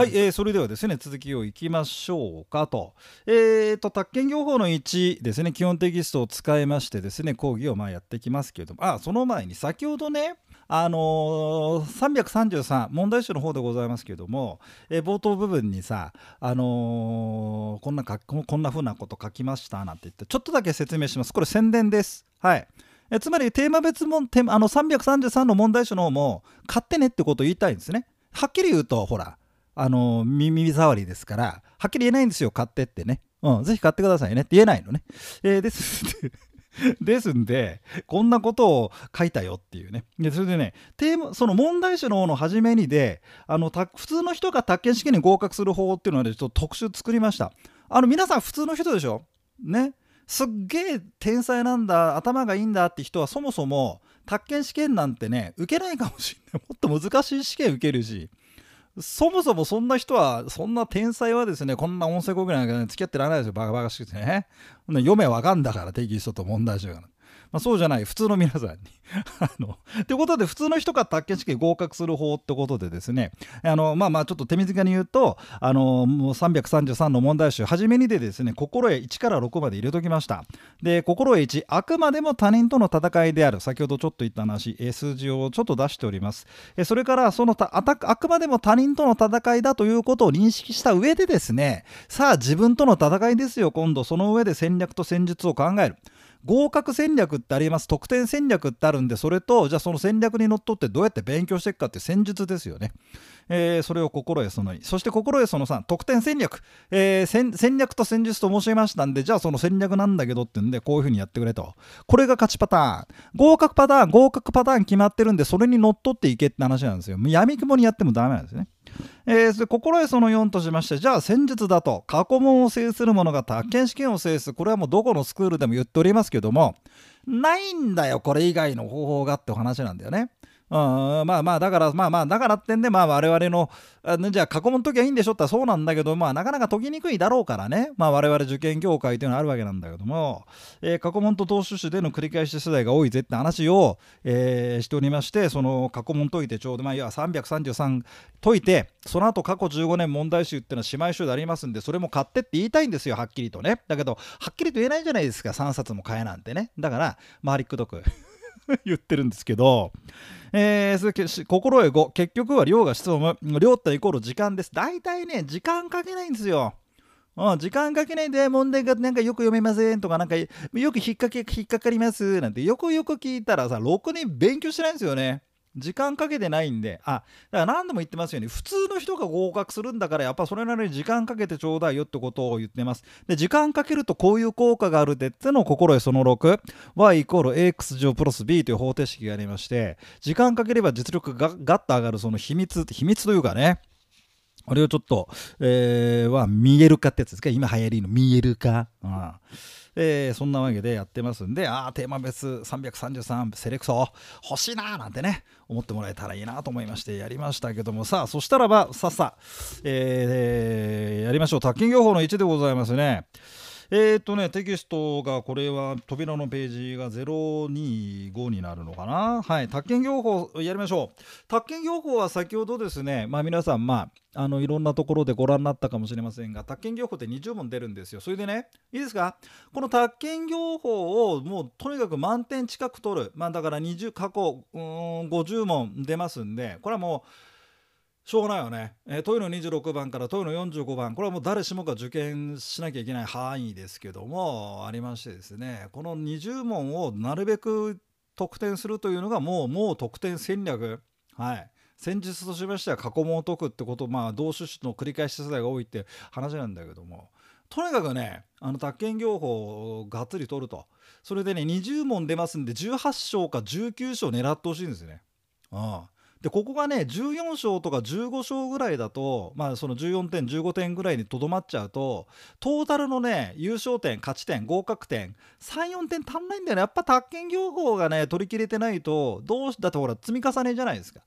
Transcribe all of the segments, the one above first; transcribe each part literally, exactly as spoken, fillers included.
はい、えー、それではですね続きをいきましょうかと。えーと宅建業法のいちですね、基本テキストを使いましてですね講義をまあやっていきますけれども、あその前に先ほどねあのー、さんびゃくさんじゅうさん問題集の方でございますけれども、えー冒頭部分にさあのーこんなかこんな風なこと書きましたなんて言ってちょっとだけ説明します。これ宣伝です。はい。えつまりテーマ別もテーマあのさんびゃくさんじゅうさんの問題集の方も買ってねってことを言いたいんですね。はっきり言うとほらあの耳障りですからはっきり言えないんですよ。買ってってね、うん、ぜひ買ってくださいねって言えないのね、えー、ですですんでこんなことを書いたよっていうね。でそれでねテーマその問題集の方の初めにであのた普通の人が宅建試験に合格する方法っていうのは、ね、ちょっと特集作りました。あの皆さん普通の人でしょね。すっげえ天才なんだ頭がいいんだって人はそもそも宅建試験なんてね受けないかもしれない。もっと難しい試験受けるし、そもそもそんな人はそんな天才はですねこんな音声講義なんか、ね、付き合ってられないですよ。バカバカしくてね。読めわかんだからテキストと問題集が、まあ、そうじゃない普通の皆さんにあのということで普通の人が宅建試験合格する方ってことでですね、あのまあまあちょっと手短に言うとあのもうさんびゃくさんじゅうさんの問題集初めにでですね心得いちからろくまで入れときました。で心得いち、あくまでも他人との戦いである。先ほどちょっと言った話、え数字をちょっと出しております。えそれからそのたあたあくまでも他人との戦いだということを認識した上でですね、さあ自分との戦いですよ。今度その上で戦略と戦術を考える。合格戦略ってあります。得点戦略ってあるんで、それとじゃあその戦略にのっとってどうやって勉強していくかっていう戦術ですよね。えーそれを心得そのに、そして心得そのさん、得点戦略、えー戦戦略と戦術と申しましたんで、じゃあその戦略なんだけどってんでこういう風にやってくれと。これが勝ちパターン。合格パターン合格パターン決まってるんで、それにのっとっていけって話なんですよ。闇雲にやってもダメなんですね。えー、それ心得そのよんとしまして、じゃあ戦術だと過去問を制する者が宅建試験を制す。これはもうどこのスクールでも言っておりますけども、ないんだよこれ以外の方法がってお話なんだよね。うん、まあまあだからまあまあだからってんでまあ我々のあじゃあ過去問解きゃいいんでしょってそうなんだけど、まあなかなか解きにくいだろうからね、まあ我々受験業界というのはあるわけなんだけども、えー、過去問と答収での繰り返し世代が多いぜって話を、えーしておりまして、その過去問解いてちょうどまあ要はさんびゃくさんじゅうさん解いて、その後過去じゅうごねん問題集っていうのは姉妹集でありますんで、それも買ってって言いたいんですよはっきりとね。だけどはっきりと言えないじゃないですか、さんさつも買えなんてね。だから回りくどく言ってるんですけど、えー、それ心得ご、結局は量が質問、量ってイコール時間です。大体ね時間かけないんですよ。うん、時間かけないで問題がなんかよく読めませんとかなんかよく引っ掛け引っかかりますなんてよくよく聞いたらさ、ろくに勉強してないんですよね。時間かけてないんで、あ、だから何度も言ってますように普通の人が合格するんだからやっぱそれなりに時間かけてちょうだいよってことを言ってます。で時間かけるとこういう効果があるでってのを心得そのろく、 y イコール ax 乗プラス b という方程式がありまして、時間かければ実力がガッと上がるその秘密秘密というかね、あれをちょっと、えー、は見える化ってやつですか、今流行りの見える化、うんえー、そんなわけでやってますんで、あーテーマ別さんびゃくさんじゅうさんセレクト欲しいなーなんてね思ってもらえたらいいなと思いましてやりましたけども、さあそしたらばさっさ、えー、やりましょう。宅建業法のいちでございますね。えー、っとねテキストがこれは扉のページがゼロにごになるのかな。はい、宅建業法やりましょう。宅建業法は先ほどですね、まあ皆さんまああのいろんなところでご覧になったかもしれませんが、宅建業法ってにじゅう問出るんですよ。それでねいいですか、この宅建業法をもうとにかく満点近く取る、まあだからにじゅう過去うーんごじゅう問出ますんで、これはもうしょうがないよね。えー、問いのにじゅうろくばんから問いのよんじゅうごばん、これはもう誰しもが受験しなきゃいけない範囲ですけどもありましてですね、このにじゅう問をなるべく得点するというのがもうもう得点戦略、はい戦術としましては過去問を解くってこと、まあ同種子の繰り返し世代が多いって話なんだけども、とにかくねあの宅建業法をがっつり取ると、それでねにじゅう問出ますんでじゅうはち勝かじゅうきゅう勝狙ってほしいんですね。ああでここがねじゅうよん勝とかじゅうご勝ぐらいだと、まあそのじゅうよんてんじゅうごてんぐらいにとどまっちゃうと、トータルのね優勝点勝ち点合格点さんよんてん足んないんだよね。やっぱ宅建業法がね取り切れてないと、どうしだってほら積み重ねじゃないですか。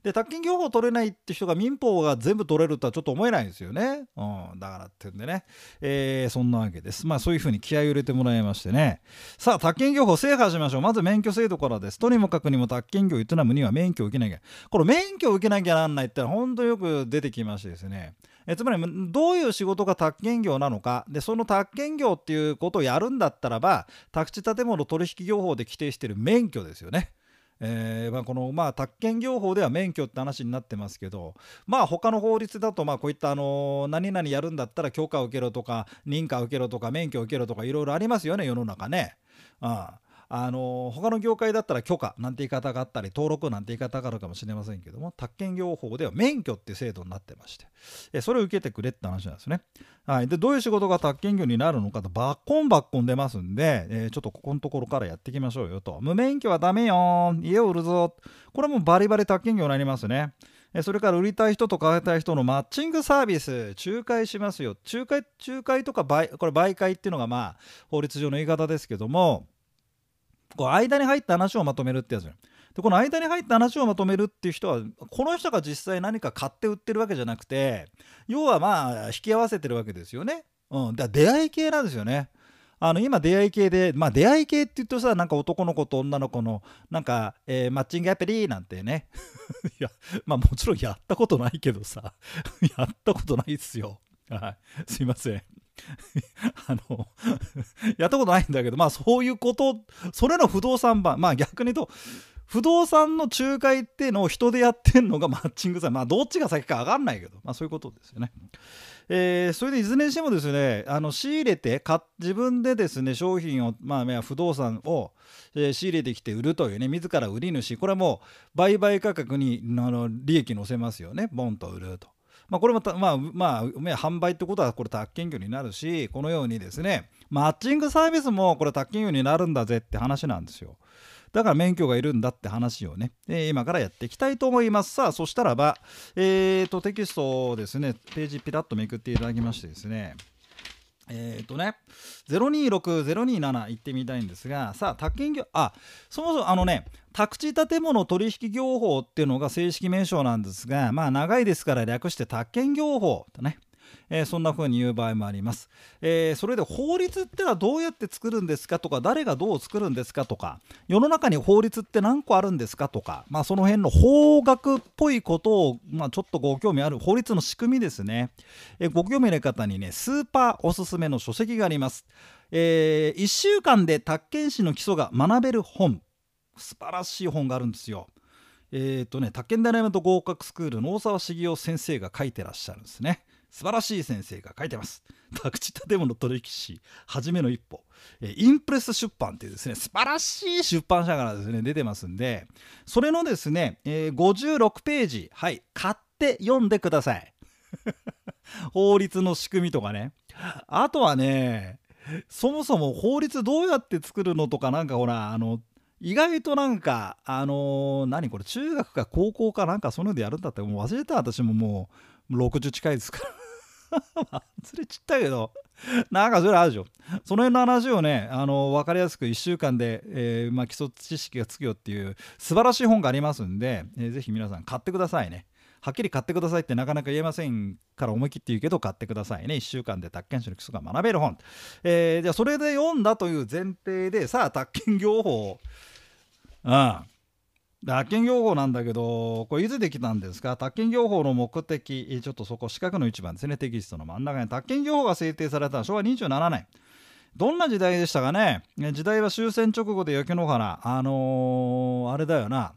で宅建業法取れないって人が民法が全部取れるとはちょっと思えないんですよね。うん、だからってんでね、えー、そんなわけです。まあそういうふうに気合を入れてもらいましてね。さあ宅建業法制覇しましょう。まず免許制度からです。とにもかくにも宅建業を営むには免許を受けなきゃ。この免許を受けなきゃなんないってのは本当によく出てきましてですね。えつまりどういう仕事が宅建業なのかで、その宅建業っていうことをやるんだったらば宅地建物取引業法で規定している免許ですよね。えーまあ、このまあ宅建業法では免許って話になってますけど、まあ他の法律だとまあこういったあの何々やるんだったら許可を受けろとか認可を受けろとか免許を受けろとかいろいろありますよね、世の中ね。あああの他の業界だったら許可なんて言い方があったり登録なんて言い方があるかもしれませんけども、宅建業法では免許っていう制度になってまして、えそれを受けてくれって話なんですね。はい、でどういう仕事が宅建業になるのかとバッコンバッコン出ますんで、えーちょっとここのところからやっていきましょうよと。無免許はダメよ、家を売るぞ、これもバリバリ宅建業になりますね。それから売りたい人と買いたい人のマッチングサービス仲介しますよ。仲介仲介とか売これ媒介っていうのがまあ法律上の言い方ですけども、こう間に入った話をまとめるってやつ。でこの間に入った話をまとめるっていう人はこの人が実際何か買って売ってるわけじゃなくて、要はまあ引き合わせてるわけですよね。うん、だから出会い系なんですよね。あの今出会い系で、まあ出会い系って言うとさ、なんか男の子と女の子のなんか、えーマッチングアプリなんてねいやまあもちろんやったことないけどさやったことないっすよ。はい、すいませんあのやったことないんだけど、まあそういうこと、それの不動産版、まあ逆に言うと不動産の仲介っていうのを人でやってんのがマッチングサイト、まあどっちが先か分かんないけど、まあそういうことですよね。えーそれでいずれにしてもですね、あの仕入れてか自分でですね商品を、まあ、まあ不動産を、えー仕入れてきて売るというね、自ら売り主、これはもう売買価格にあの利益乗せますよね、ボンと売ると。まあ、これもたまあまあ販売ってことはこれ宅建業になるし、このようにですねマッチングサービスもこれ宅建業になるんだぜって話なんですよ。だから免許がいるんだって話をね、えー今からやっていきたいと思います。さあそしたらば、えー、とテキストをですねページピラッとめくっていただきましてですね、えっ、とねゼロにーろくゼロにーなな行ってみたいんですが、さあ宅建業、あそもそもあのね宅地建物取引業法っていうのが正式名称なんですが、まあ長いですから略して宅建業法とね、えーそんな風に言う場合もあります。えーそれで法律ってのはどうやって作るんですかとか、誰がどう作るんですかとか、世の中に法律って何個あるんですかとか、まあ、その辺の法学っぽいことを、まあ、ちょっとご興味ある法律の仕組みですね。えーご興味の方にねスーパーおすすめの書籍があります。えーいっしゅうかんで宅建士の基礎が学べる本、素晴らしい本があるんですよ。えっ、とね宅建ダイナメント合格スクールの大沢茂雄先生が書いてらっしゃるんですね。素晴らしい先生が書いてます。宅地建物取引士はじめの一歩、えーインプレス出版っていうですね素晴らしい出版社からですね出てますんで、それのですね、えーごじゅうろくページ、はい買って読んでください法律の仕組みとかね。あとはね、そもそも法律どうやって作るのとか、なんかほらあの意外となんかあのー何これ中学か高校かなんかそういうのでやるんだってもう忘れた。私ももうろくじゅう近いですから忘れちったけど、なんかそれあるでしょ。その辺の話をね、あの分かりやすくいっしゅうかんで、えーまあ、基礎知識がつくよっていう素晴らしい本がありますんで、えーぜひ皆さん買ってくださいね。はっきり買ってくださいってなかなか言えませんから思い切って言うけど買ってくださいね。いっしゅうかんで宅建士の基礎が学べる本。えーじゃあそれで読んだという前提で、さあ宅建業法、うん宅建業法なんだけど、これいつできたんですか。宅建業法の目的、ちょっとそこ四角の一番ですね、テキストの真ん中に宅建業法が制定されたのはしょうわにじゅうななねん。どんな時代でしたかね。時代は終戦直後で焼け野原、あのー、あれだよな、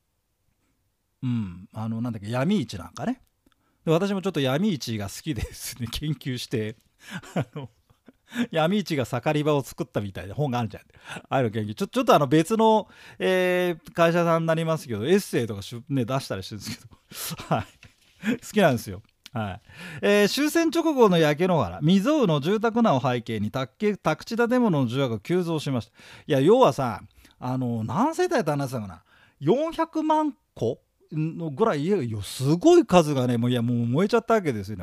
うんあのなんだっけ闇市なんかね。で私もちょっと闇市が好きでですね研究してあの闇市が盛り場を作ったみたいな本があるじゃん。ああいうの研究ちょちょっとあの別の、えー会社さんになりますけどエッセイとかしゅ、ね、出したりしてるんですけどはい好きなんですよ。はいえー終戦直後の焼け野原未曾有の住宅難を背景に宅建宅地建物の需要が急増しました。いや要はさ、あの何世帯って話したかな、よんひゃくまんこのぐらい家がよすごい数がねもういやもう燃えちゃったわけですよ。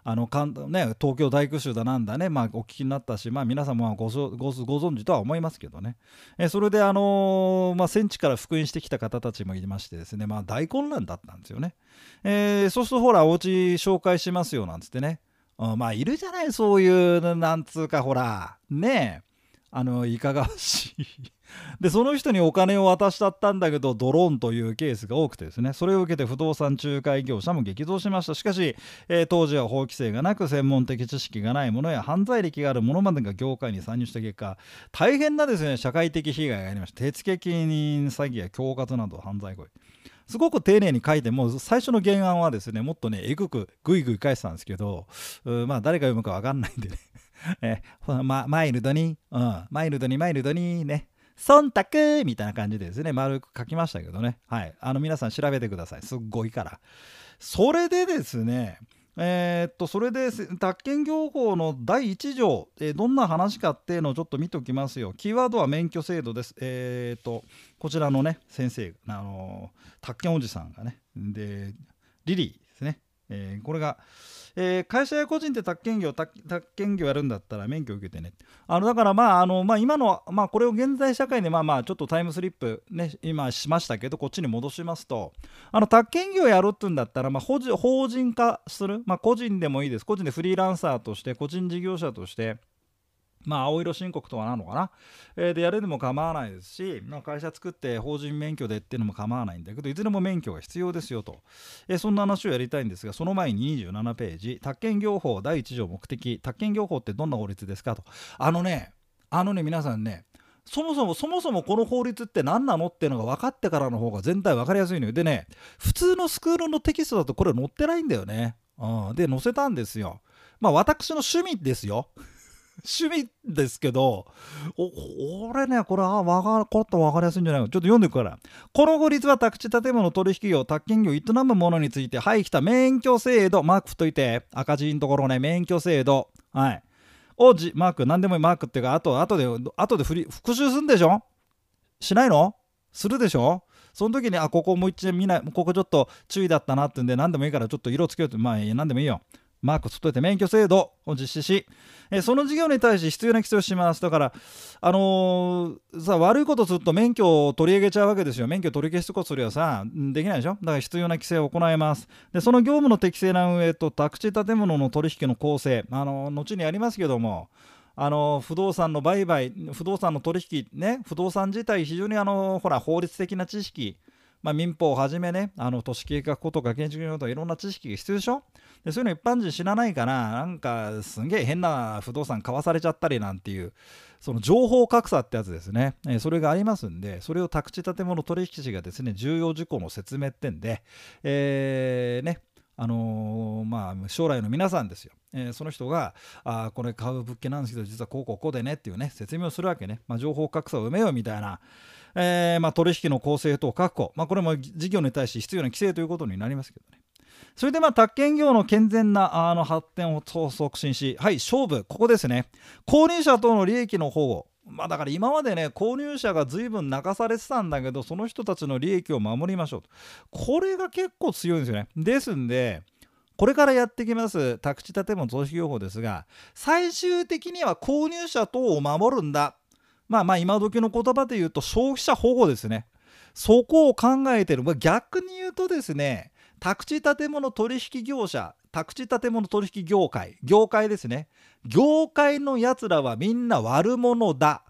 あのかん、ね、東京大空襲だなんだね、まあ、お聞きになったし、まあ、皆さんもごごご存知とは思いますけどね、えそれで、あのーまあ、戦地から復員してきた方たちもいましてですね、まあ、大混乱だったんですよね。えー、そうするとほらお家紹介しますよなんつってね、うん、まあいるじゃないそういうなんつうかほらねえあのいかがわしいでその人にお金を渡しちゃったんだけどドローンというケースが多くてですね、それを受けて不動産仲介業者も激増しました。しかし、えー当時は法規制がなく専門的知識がないものや犯罪歴があるものまでが業界に参入した結果、大変なですね社会的被害がありました。手付金詐欺や恐喝など犯罪行為、すごく丁寧に書いて、もう最初の原案はですねもっとねえぐくぐいぐい返してたんですけど、うまあ誰が読むか分かんないんでねえま、マイルドに、うん、マイルドにマイルドにね、忖度みたいな感じでですね丸く書きましたけどね、はい、あの皆さん調べてください、すっごいから。それでですねえーっとそれで宅建業法のだいいち条、えーどんな話かっていうのをちょっと見ておきますよ。キーワードは免許制度です。えーっとこちらのね先生、あのー宅建おじさんがね、でリリーですね、えーこれが、えー会社や個人で宅建業宅宅建業やるんだったら免許を受けてね、あのだからまああの、まあ、今の、まあ、これを現在社会でまあまあちょっとタイムスリップね今しましたけど、こっちに戻しますと、あの宅建業やるっていうんだったら、まあ、法人法人化する、まあ、個人でもいいです。個人でフリーランサーとして個人事業者としてまあ青色申告とはなのかな、えーでやるでも構わないですし、まあ、会社作って法人免許でっていうのも構わないんだけど、いずれも免許が必要ですよと、えーそんな話をやりたいんですが、その前ににじゅうななページ、宅建業法だいいち条目的、宅建業法ってどんな法律ですかと。あのねあのね皆さんね、そもそもそもそもこの法律って何なのっていうのが分かってからの方が全体分かりやすいのよ。でね、普通のスクールのテキストだとこれ載ってないんだよね。うん、で載せたんですよ。まあ私の趣味ですよ趣味ですけど、お俺ねこれは分かこれって分かりやすいんじゃないか、ちょっと読んでいくから。この法律は宅地建物取引業宅建業を営む者について廃棄した免許制度、マーク振っといて、赤字のところね、免許制度、はいをじマーク、何でもいいマークっていうか、あと後で後で振り復習するんでしょ、しないの、するでしょ。その時にあここもう一度見ない、ここちょっと注意だったなってんで、何でもいいからちょっと色つけようと、まあ何でもいいよ、マークつっといて免許制度を実施し、えーその事業に対し必要な規制をします。だからあのーさ悪いことすると免許を取り上げちゃうわけですよ。免許取り消しとかすりゃさできないでしょ。だから必要な規制を行います。でその業務の適正な運営と宅地建物の取引の構成、あのー後にありますけども、あの不動産の売買、不動産の取引ね、不動産自体非常にあのほら法律的な知識、まあ、民法をはじめね、あの都市計画法とか建築法とかいろんな知識が必要でしょ。でそういうの一般人知らないから、なんかすんげえ変な不動産買わされちゃったりなんていう、その情報格差ってやつですね、えーそれがありますんで、それを宅地建物取引士がですね重要事項の説明ってんで、えーねあのーまあ将来の皆さんですよ、えーその人があこれ買う物件なんですけど実はこうこうこうでねっていうね説明をするわけね、まあ、情報格差を埋めようみたいな、えーまあ、取引の公正等確保、まあ、これも事業に対して必要な規制ということになりますけどね。それでまあ宅建業の健全なあの発展を促進し、はい勝負ここですね、購入者等の利益の保護、まあだから今までね購入者が随分泣かされてたんだけど、その人たちの利益を守りましょうと、これが結構強いんですよね。ですんでこれからやってきます宅地建物取引業法ですが、最終的には購入者等を守るんだ、まあまあ今時の言葉で言うと消費者保護ですね。そこを考えてる、まあ、逆に言うとですね、宅地建物取引業者、宅地建物取引業界、業界ですね、業界のやつらはみんな悪者だ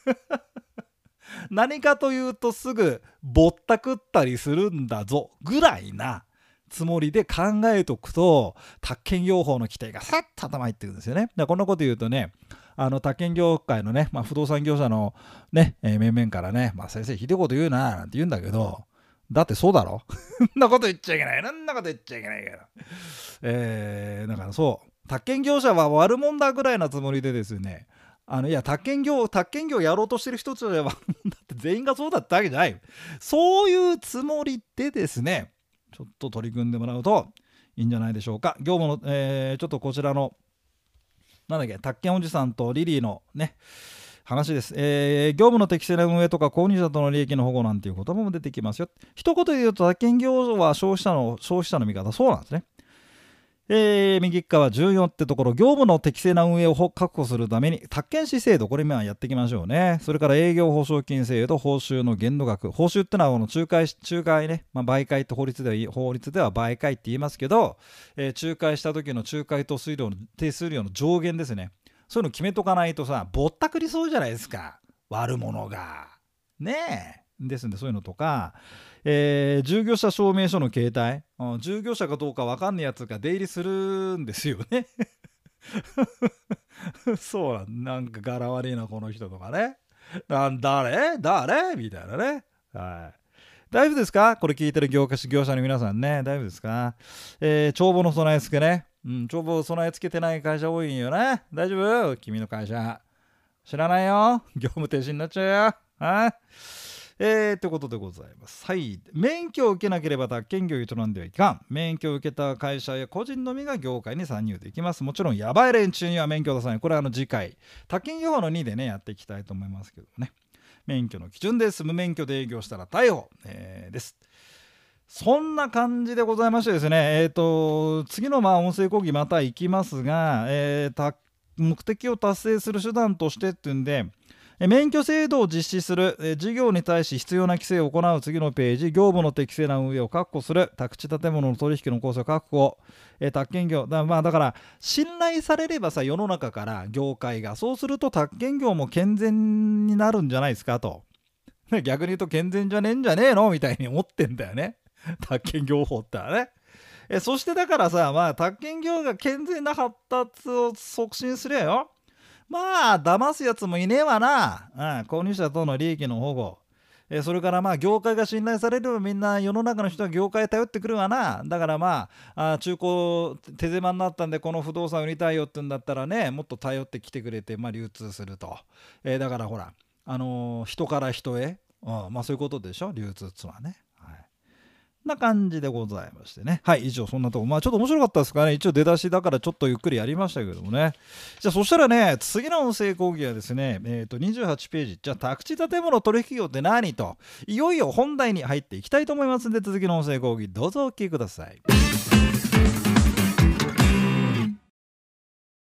何かというとすぐぼったくったりするんだぞぐらいなつもりで考えとくと、宅建業法の規定がさっと頭入ってくるんですよね。だからこんなこと言うとね、あの宅建業界のね、まあ、不動産業者のね、えー面々からね、まあ、先生ひどいこと言うななんて言うんだけど、だってそうだろそんなこと言っちゃいけない、そんなこと言っちゃいけないから、えー、だからそう宅建業者は悪者だぐらいなつもりでですね、あのいや宅建業宅建業やろうとしてる人たちは悪者だって全員がそうだったわけじゃない、そういうつもりでですねちょっと取り組んでもらうといいんじゃないでしょうか。業務の、えー、ちょっとこちらのなんだっけ宅建おじさんとリリーのね話です、えー、業務の適正な運営とか購入者との利益の保護なんていう言葉も出てきますよ。一言で言うと宅建業は消費者の消費者の味方、そうなんですね。 えー、右側じゅうよんってところ、業務の適正な運営を確保するために宅建士制度、これ今やっていきましょうね。それから営業保証金制度、報酬の限度額、報酬ってのはこの仲介仲介ね、まあ、媒介って法律では法律では媒介って言いますけど、えー、仲介した時の仲介手数料の手数料の上限ですね。そういうの決めとかないとさ、ぼったくりそうじゃないですか、悪者がねえ。ですんで、そういうのとか、えー、従業者証明書の携帯、うん、従業者かどうか分かんないやつが出入りするんですよねそうなん、なんか柄悪いなこの人とかね、なん誰誰みたいなね。はい、大丈夫ですか、これ聞いてる業者業者の皆さんね、大丈夫ですか。えー、帳簿の備え付けね、うん、帳簿備え付けてない会社多いんよね。大丈夫、君の会社知らないよ、業務停止になっちゃうよ。はい、えー、ということでございます。はい。免許を受けなければ宅建業を営んではいかん。免許を受けた会社や個人のみが業界に参入できます。もちろんやばい連中には免許を出さない。これはあの次回宅建業法のにでねやっていきたいと思いますけどね。免許の基準です。無免許で営業したら逮捕、えー、です。そんな感じでございましてですね、えーと次のまあ音声講義また行きますが、えー、目的を達成する手段としてっていうんで、免許制度を実施する、事業に対し必要な規制を行う次のページ、業務の適正な運営を確保する、宅地建物の取引の構成確保、宅建業だ、まあ、だから信頼されればさ、世の中から業界がそうすると宅建業も健全になるんじゃないですかと。逆に言うと健全じゃねえんじゃねえのみたいに思ってんだよね、宅建業法ってのはね。えそしてだからさ、まあ宅建業が健全な発達を促進すりゃよ、まあ騙すやつもいねえわな、うん、購入者等の利益の保護、えそれからまあ業界が信頼されればみんな世の中の人は業界頼ってくるわな。だからまあ、あ中古手狭になったんでこの不動産売りたいよって言うんだったらね、もっと頼ってきてくれて、まあ、流通すると、えー、だからほら、あのー、人から人へ、うん、まあそういうことでしょ、流通っつうのはね。な感じでございましてね。はい、以上そんなとこ。まあちょっと面白かったですかね。一応出だしだからちょっとゆっくりやりましたけどもね。じゃあそしたらね、次の音声講義はですね、えっとにじゅうはちページ。じゃあ宅地建物取引業って何と、いよいよ本題に入っていきたいと思いますので、続きの音声講義どうぞお聞きください。